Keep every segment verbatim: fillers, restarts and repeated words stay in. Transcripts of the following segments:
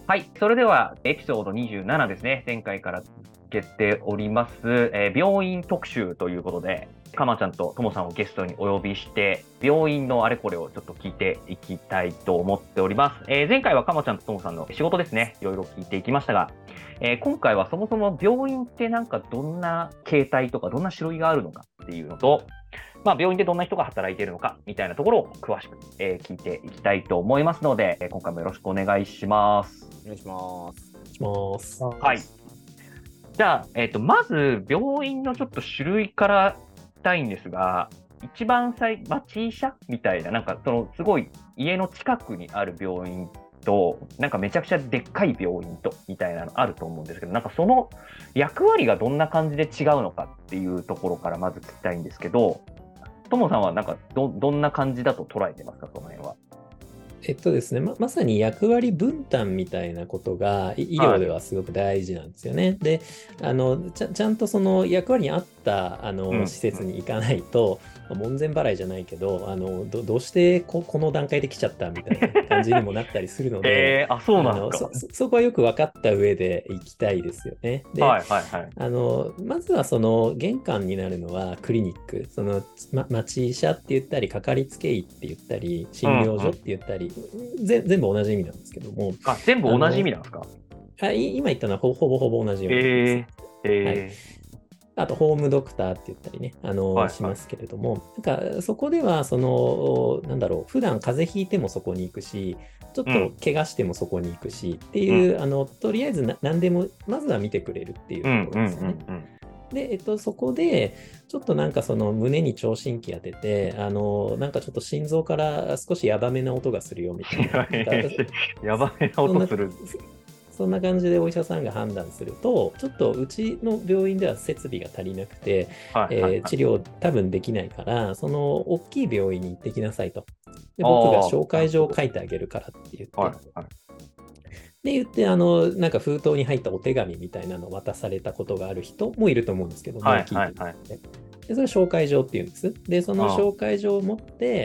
はい。それでは、エピソードにじゅうななですね。前回から続けております、えー病院特集ということで、かまちゃんとともさんをゲストにお呼びして、病院のあれこれをちょっと聞いていきたいと思っております。えー前回はかまちゃんとともさんの仕事ですね。いろいろ聞いていきましたが、えー今回はそもそも病院ってなんかどんな形態とかどんな種類があるのかっていうのと、まあ、病院でどんな人が働いているのかみたいなところを詳しく、えー聞いていきたいと思いますので、えー今回もよろしくお願いします。 お願いします。 します。 はい。じゃあ、えっと、まず、病院のちょっと種類から聞きたいんですが、一番最、町医者みたいな、なんか、その、すごい家の近くにある病院と、なんかめちゃくちゃでっかい病院と、みたいなのあると思うんですけど、なんかその役割がどんな感じで違うのかっていうところからまず聞きたいんですけど、ともさんはなんかど、どんな感じだと捉えてますか、その辺は。 えっとですね、ま、まさに役割分担みたいなことがい医はい。 療ではすごく大事なんですよね。で、あのちゃ、ちゃんとその役割に合ったあうん。 の施設うん。 に行かないと、まあ門前払いじゃないけど、あのど、どうしてこ、この段階で来ちゃったみたいな感じにもなったりするので、 えー、あ、そうあのなんですか。 そ、そそこはよく分かった上で行きたいですよね。で、 はい、はい、はい。 あの、まずはその玄関になるのはクリニック、その、ま、町医者って言ったり、かかりつけ医って言ったり、 うん、 診療所ってうん。 言ったり、ぜ全部同じ意味なんですけども、 あ、全部同じ意あの、 味なんですか？ あい今言ったのはほほぼほぼ同じような意味です。 えー、 はい。 えあと、ホームドクターって言ったりね、あー、 の、 はい、はい。 しますけれども、なんか、そこでは、その、なんだろう、普段風邪ひいてもそこに行くし、ちょっうん、 と怪我してもそこに行くしってうん、 いう、あの、とりあえずな何でも、まずは見てくれるっていうとこうん、うん、うん、 ろですよね。 うん。 で、えっと、そこで、ちょっとなんかその胸に聴診器当てて、あの、なんかちょっと心臓から少しヤバめな音がするよみたいな、なんか、 やばいなそんな、 音する。 そんな感じでお医者さんが判断すると、ちょっとうちの病院では設備が足りなくて、 はい、はい、 えーはい。 治療多分できないから、その大きい病院に行ってきなさいと。で、僕がああ、 紹介状をなるほど。 書いてあげるからって言って、 はい、はい。 で、言って、あの、なんか封筒に入ったお手紙みたいなのを渡されたことがある人もいると思うんですけども、 はい、はい、 聞いてみはい。 て。で、それ紹介状っていうんです。で、そのあ紹介状を持って、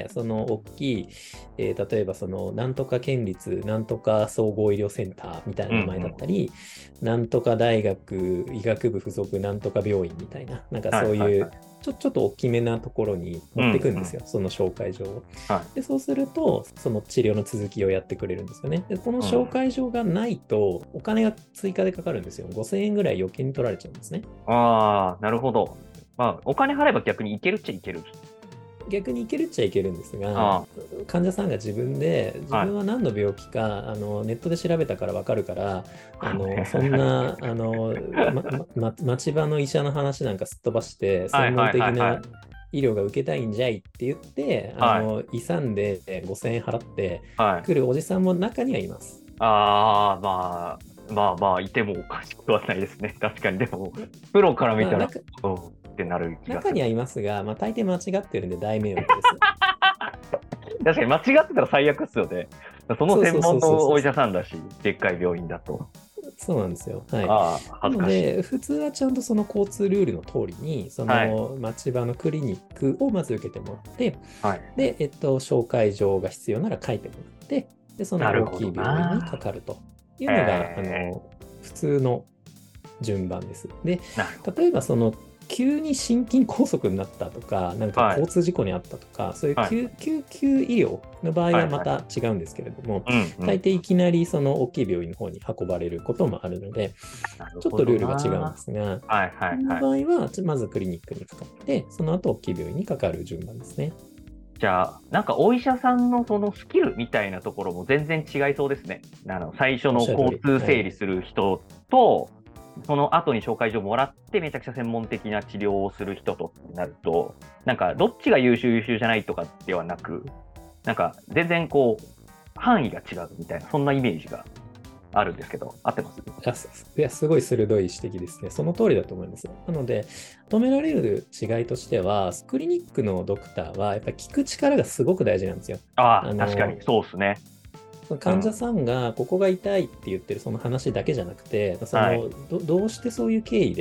その大きい、えー例えばその、なんとか県立なんとか総合医療センターみたいうん、 な名前うん。 だったり、なんとか大学医学部附属なんとか病院みたいな、なんかはい、はい、 そういう、 はい。 ちょ、ちょっと大きめなところに持っていうん、うん。 くんですよ、その紹介状を。 はで、そうすると、その治療の続きをやってくれるんですよね。で、このい。うん。 紹介状がないと、お金が追加でかかるんですよ。ごせんえんぐらい余計に取られちゃうんですね。 ああ、なるほど。まあ、お金払えば逆にいけるっちゃいける。 逆にいけるっちゃいけるんですが、 あ患者さんが自分で、自あ、はい。 分は何の病気か、あの、ネットで調べたからわかるから、あの、そんはい、 な、あの、ま、ま、町場の医者の話なんかすっ飛ばして、 はい、 専門はい、はい。は的ない。 医療が受けたいんじゃいって言って、あはい。 の、勇んでごせんえん払ってはい。 来るおじさんも中にはいます。 ああ、まあ、まあまあ、いてもおかしくはないですね。確かに。でも、プロから見まあ、 たら、 中、 うんってなる気がする。 中にはいますが、まあ、大抵間違ってるんで大迷惑です。 確かに間違ってたら最悪っすよね。その専門そうそうそうそうのお医者そうそう。 さんだし、でっかい病院だと。 そうなんですよ。はい。 ああ、 な恥ずかしい。 ので、普通はちゃんとその交通ルールの通りに、そはい。 の町場のクリニックをまず受けてもらって、 はい。 で、えっと、紹介状が必要なら書いてもらって、で、その大なるほどきい病院にかな。 かるというのが、あえの、普通の順番です。で、 ー、なるほど。 例えばその急に心筋梗塞になったとか、なんかはい。 交通事故にあったとか、そういうはい。 救救急医療の場合はい。 はまはい。 た違うんですけれども、 うん、うん。 大抵いきなりその大きい病院の方に運ばれることもあるので、ちょっとなるほどルールが違うんでな。 すが、 はい。はい。 このはい。 場合はまずクリニックにかかって、その後大きい病院にかかる順番ですね。 じゃあ、なんかお医者さんのそのスキルみたいなところも全然違いそうですね。あの、最初のおっしゃる通り。 交通はい。 整理する人と、その後に紹介状もらってめちゃくちゃ専門的な治療をする人とってなると、なんかどっちが優秀優秀じゃないとかではなく、なんか全然こう、範囲が違うみたいな、そんなイメージがあるんですけど、合ってます？ あすいや、すごい鋭い指摘ですね。その通りだと思います。なので、求められる違いとしては、クリニックのドクターは、やっぱり聞く力がすごく大事なんですよ。 ああ、確かに、 あの、 そうですね。うん。 患者さんがここが痛いって言ってるその話だけじゃなくて、そはい。 のど、どうしてそういう経緯で、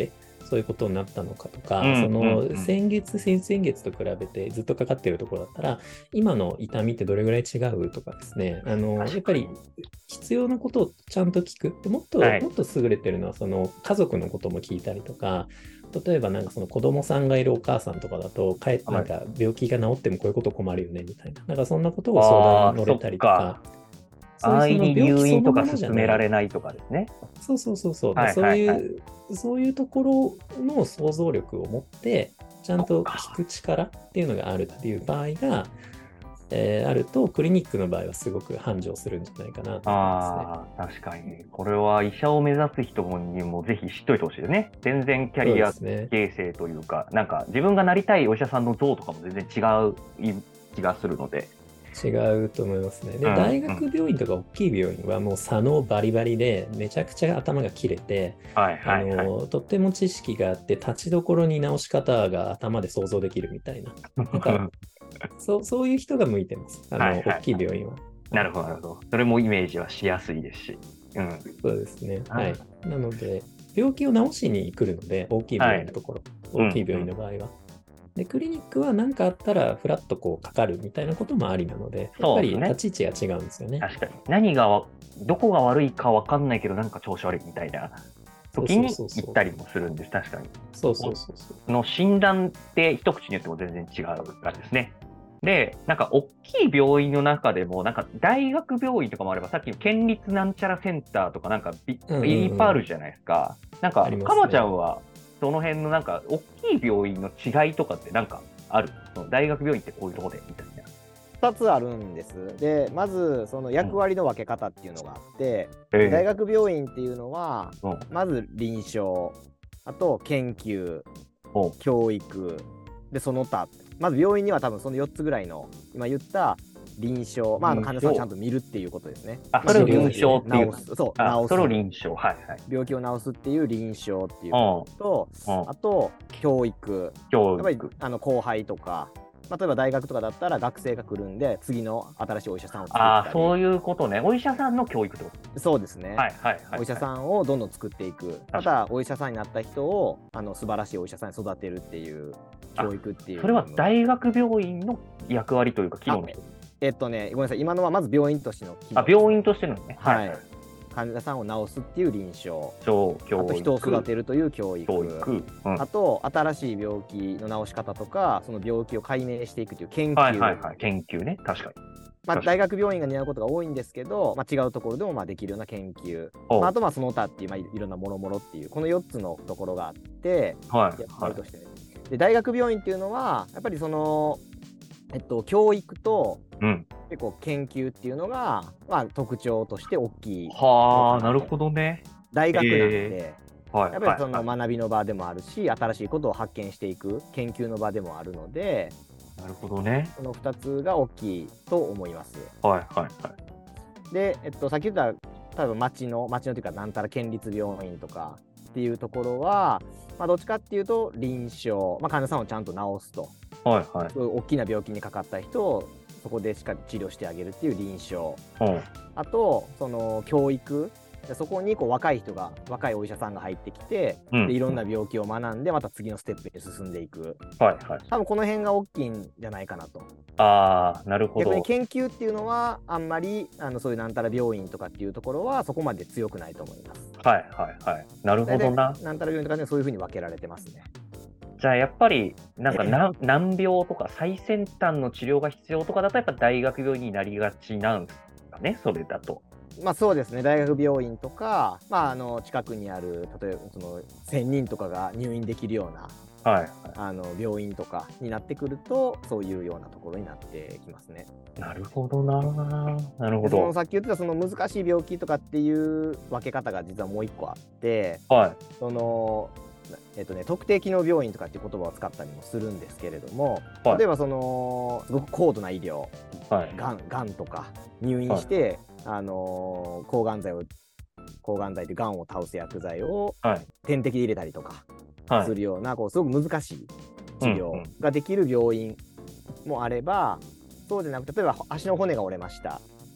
そういうことになったのかとか、 うんそのうんうん先月、先々月と比べてずっとかかってるところだったら、今の痛みってどれぐらい違うとかですね、あのやっぱり必要なことをちゃんと聞く。でもっと、 はいもっと優れてるのは、その家族のことも聞いたりとか、例えばなんかその子供さんがいるお母さんとかだと、かえはいなんか病気が治ってもこういうこと困るよねみたいな、なんかそんなことを相談に乗れたりとか、そういう安易にその病気入院とかそのものじゃ勧めらない。 れないとかですね。 そうそうそうそう。 はいそうはいはい。 いう、そういうところの想像力を持って、ちゃんと聞く力っていうのがあるっていう場合が、えーあると、クリニックの場合はすごく繁盛するんじゃないかなと思いますね。 ああ、確かに。これは医者を目指す人にもぜひ知っといてほしいですね。全然キャリアそうですね。 形成というか、なんか自分がなりたいお医者さんの像とかも全然違う気がするので。 違うと思いますね。で、 うん大学病院とか大きい病院はもう左脳バリバリで、めちゃくちゃ頭が切れて、 はいはあいはい。 の、とっても知識があって、立ちどころに直し方が頭で想像できるみたいな。なんか、そうそういう人が向いてます。あの、 はいはいはい大きい病院は。 なるほど、なるほど。それもイメージはしやすいですし。うん。 そうですね。 はいはい。なので、病気を治しに来るので、大きい病院のところ、 はい大きい病院の場合は。で、クリニックは何かあったら、フラッとこうかかるみたいなこともありなので、やっぱりそうですね立ち位置が違うんですよね。 確かに。何がわ、どこが悪いかわかんないけど、なんか調子悪いみたいな時にそうそうそうそう行ったりもするんです。確かに。 そうそうそうそう。 その診断って一口に言っても全然違うからですね。で、なんか大きい病院の中でも、なんか大学病院とかもあれば、さっきの県立なんちゃらセンターとかなんかいうんうんうんいっぱいあるじゃないですか。なんか、 ありますねかまちゃんは、その辺のなんか、大きい病院の違いとかってなんかある？その大学病院ってこういうところでみたいな。 ふたつあるんです。で、まずその役割の分け方っていうのがあって、 えー大学病院っていうのは、 うんまず臨床、あと研究、 お教育、でその他、まず病院には多分そのよっつぐらいの今言った臨床、まあ、あの患者さんをちゃんと見るっていうことですね。 あ、それを臨床っていう。 治す、そう、 あ、 治す。 それを臨床。はいはい。 病気を治すっていう臨床っていうことと、 うんうんあと教育、 教やっぱり育。 あの後輩とか、まあ、例えば大学とかだったら学生が来るんで次の新しいお医者さんを作ったり、 ああ、そういうことね。お医者さんの教育ってことそうですね、 はいはいはい。 お医者さんをどんどん作っていく、またお医者さんになった人をあの素晴らしいお医者さんに育てるっていう教育っていうそれは大学病院の役割というか機能の一つ。 えっとねごめんなさい、今のはまず病院としての機能あ、病院としてのね。 はい、患者さんを治すっていう臨床、 そう、教育。 あと人を育てるという教育、 教育。うんあと新しい病気の治し方とかその病気を解明していくという研究、 はいはいはい。研究ね。確かに。 まあ、 確か大学病院が担うことが多いんですけど、まあ、違うところでもまあできるような研究、 おうまあ、あとまあその他っていう、まあ、いろんなもろもろっていうこのよっつのところがあってはい役はい。 割として、で大学病院っていうのはやっぱりその、えっと、教育とうん。 結構研究っていうのが、まあ、特徴として大きいはあ、なるほどね。 大学なんで、 えはい。 やっぱりそのはいはい学びの場でもあるし、新しいことを発見していく研究の場でもあるので、 なるほどね。 このふたつが大きいと思います。 はいはいはい。 で、えっと、さっき言った多分町の町のというかなんたら県立病院とかっていうところは、まあ、どっちかっていうと臨床、まあ、患者さんをちゃんと治すと、 はいはい。 そういう大きな病気にかかった人をそこでしっかり治療してあげるっていう臨床、 うん。 あとその教育で、そこにこう若い人が若いお医者さんが入ってきて、 うんでいろんな病気を学んでまた次のステップに進んでいく、 はいはい。 多分この辺が大きいんじゃないかなと。 ああ、なるほど。 逆に研究っていうのはあんまりあのそういうなんたら病院とかっていうところはそこまで強くないと思います。 はいはいはい。なるほどな大。体なんたら病院とかねそういうふうに分けられてますね。 じゃあやっぱりなんか難難病とか最先端の治療が必要とかだとやっぱ大学病院になりがちなんですかね、それだと。 まあそうですね、大学病院とか、まあ、あの近くにある例えばそのせんにんとかが入院できるようなはいはい。 あの病院とかになってくるとそういうようなところになってきますね。 なるほどな。なるほど。 でそのさっき言ってたその難しい病気とかっていう分け方が実はもう一個あって、 はい。 そのえっとね、特定機能病院とかっていう言葉を使ったりもするんですけれども、 はい例えばそのすごく高度な医療、 はい。 がん、がんとか入院して、はい、あの抗がん剤を抗がん剤でがんを倒す薬剤をはい。 点滴で入れたりとかはい。 するような、こうすごく難しい治療ができる病院もあれば、そうでなくて例えば足の骨が折れました、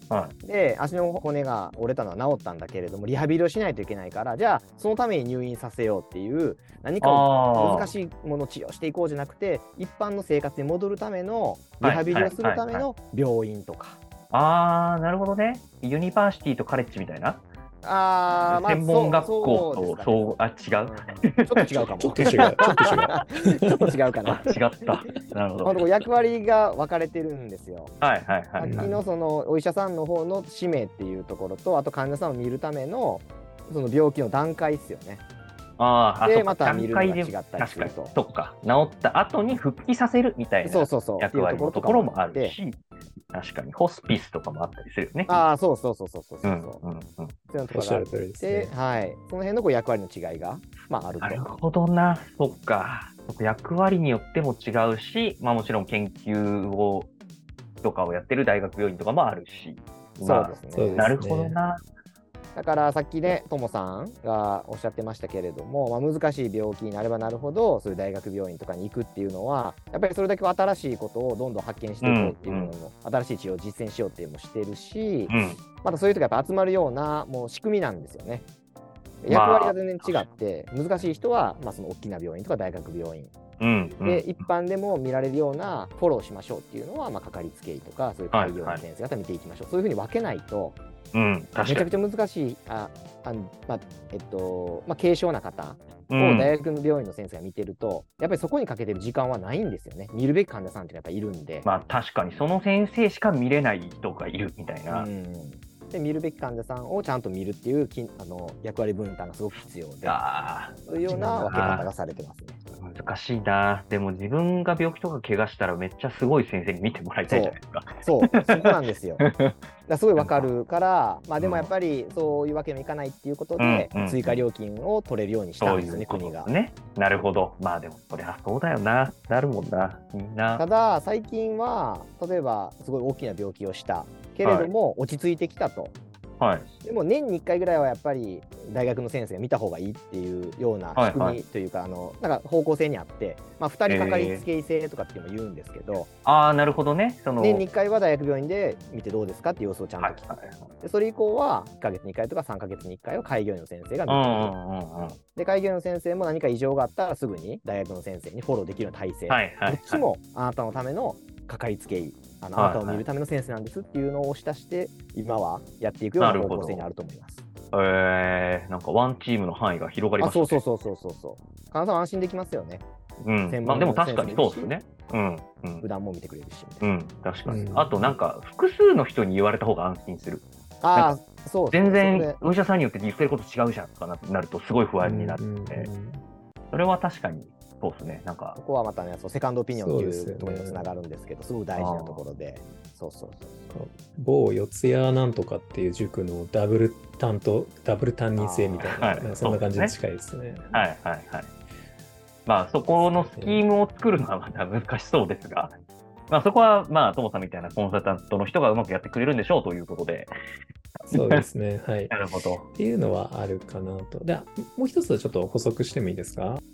はで足の骨が折れたのは治ったんだけれどもリハビリをしないといけないから、じゃあそのために入院させようっていう何かを難しいものを治療していこうじゃなくて、一般の生活に戻るためのリハビリをするための病院とか、 ああ、なるほどね。ユニバーシティとカレッジみたいな。 あー、まあ、 専門学校そうと、そう、あ、違う。 ちょっと違うかも。 ちょっと違う、ちょっと違う。 ちょっと違うかな。 違った。なるほど。 まあ、こう役割が分かれてるんですよ。 はいはいはい、はい。 さっきのそのお医者さんの方の使命っていうところと、あと患者さんを見るためのその病気の段階ですよね。 ああ、 でそっかまた見るのが段階で違ったりすると確かに、そっか。治った後に復帰させるみたいなそうそうそう役割のところもあっていうるし、確かにホスピスとかもあったりするよね。 ああ、そうそうそうそうそうそうう。 んうんうん。 そういうのとおっしゃるかがあっ通りですて、 ね。 はい、その辺のこう役割の違いが、まあ、あると。 なるほどな。そっか。役割によっても違うし、まあもちろん研究をとかをやってる大学病院とかもあるし。 そうですね。 そうですねなるほどな。 だからさっきね、ともさんがおっしゃってましたけれども、まあ、難しい病気になればなるほど、そういう大学病院とかに行くっていうのは、やっぱりそれだけ新しいことをどんどん発見していこうっていうのも、うん、新しい治療を実践しようっていうのもしてるし、 うん、 またそういう時やっぱ集まるようなもう仕組みなんですよね。役割が全然違って、まあ、難しい人は、まあ、その大きな病院とか大学病院、 うんうん、 で一般でも見られるようなフォローしましょうっていうのは、まあ、かかりつけ医とかそういう開業医の先生方見ていきましょう、はいはい、そういうふうに分けないと、 うん、 めちゃくちゃ難しいああ、まあえっとまあ、軽症な方を大学の病院の先生が見てると、うん、やっぱりそこにかけてる時間はないんですよね。見るべき患者さんってやっぱいるんで、 まあ確かにその先生しか見れない人がいるみたいな、うん、 で見るべき患者さんをちゃんと見るっていうきあの役割分担がすごく必要で、そういうような分け方がされてますね。 難しいな。でも自分が病気とか怪我したらめっちゃすごい先生に見てもらいたいじゃないですか。 そう、そうそこなんですよ。だすごいわかるから、まあでもやっぱりそういうわけにもいかないっていうことで、うんうん、追加料金を取れるようにしたんですよね、国が。 ね、なるほど。まあでもそりゃそうだよな。なるもんな、みんな。 ただ最近は例えばすごい大きな病気をしたけれども、はい、落ち着いてきたと。はい、でも年にいっかいぐらいはやっぱり大学の先生が見た方がいいっていうような仕組みというか、はいはい、あのなんか方向性にあって、まあ、ふたりかかりつけ医制とかっていうのも言うんですけど、えー、 ああなるほどね。その年にいっかいは大学病院で見てどうですかっていう様子をちゃんと聞く、はいはいはい、でそれ以降はいっかげつにいっかいとかさんかげつにいっかいは開業医の先生が見てる、うんうんうん、で開業医の先生も何か異常があったらすぐに大学の先生にフォローできるような体制、はいはいはい、どっちもあなたのためのかかりつけ医、あの、はいはい、あなたを見るための先生なんですっていうのを押し出して今はやっていくような方向性にあると思います。 えー、なんかワンチームの範囲が広がりましたね。 あ、そうそうそうそうそう患者さん安心できますよね。 うん、まあでも確かにそうですね。うんうん、 普段も見てくれるし、 うん、確かに、うん、あとなんか複数の人に言われた方が安心する。 ああ、そう全然お医者さんによって言ってること違うじゃんとかなるとすごい不安になるので、うんうん、それは確かにそうですね。なんかここはまたね、そうセカンドオピニオンっていうところにもつながるんですけど、すごく大事なところで、そうそうそう某四谷なんとかっていう塾のダブル担当ダブル担任制みたいな、はい、なんかそんな感じに近いですね。 はいはいはい。まあそこのスキームを作るのはまた難しそうですが、まあそこはまあともさんみたいなコンサルタントの人がうまくやってくれるんでしょうということで。 そうですね。はい。 なるほど。 っていうのはあるかなと。で、もう一つちょっと補足してもいいですか？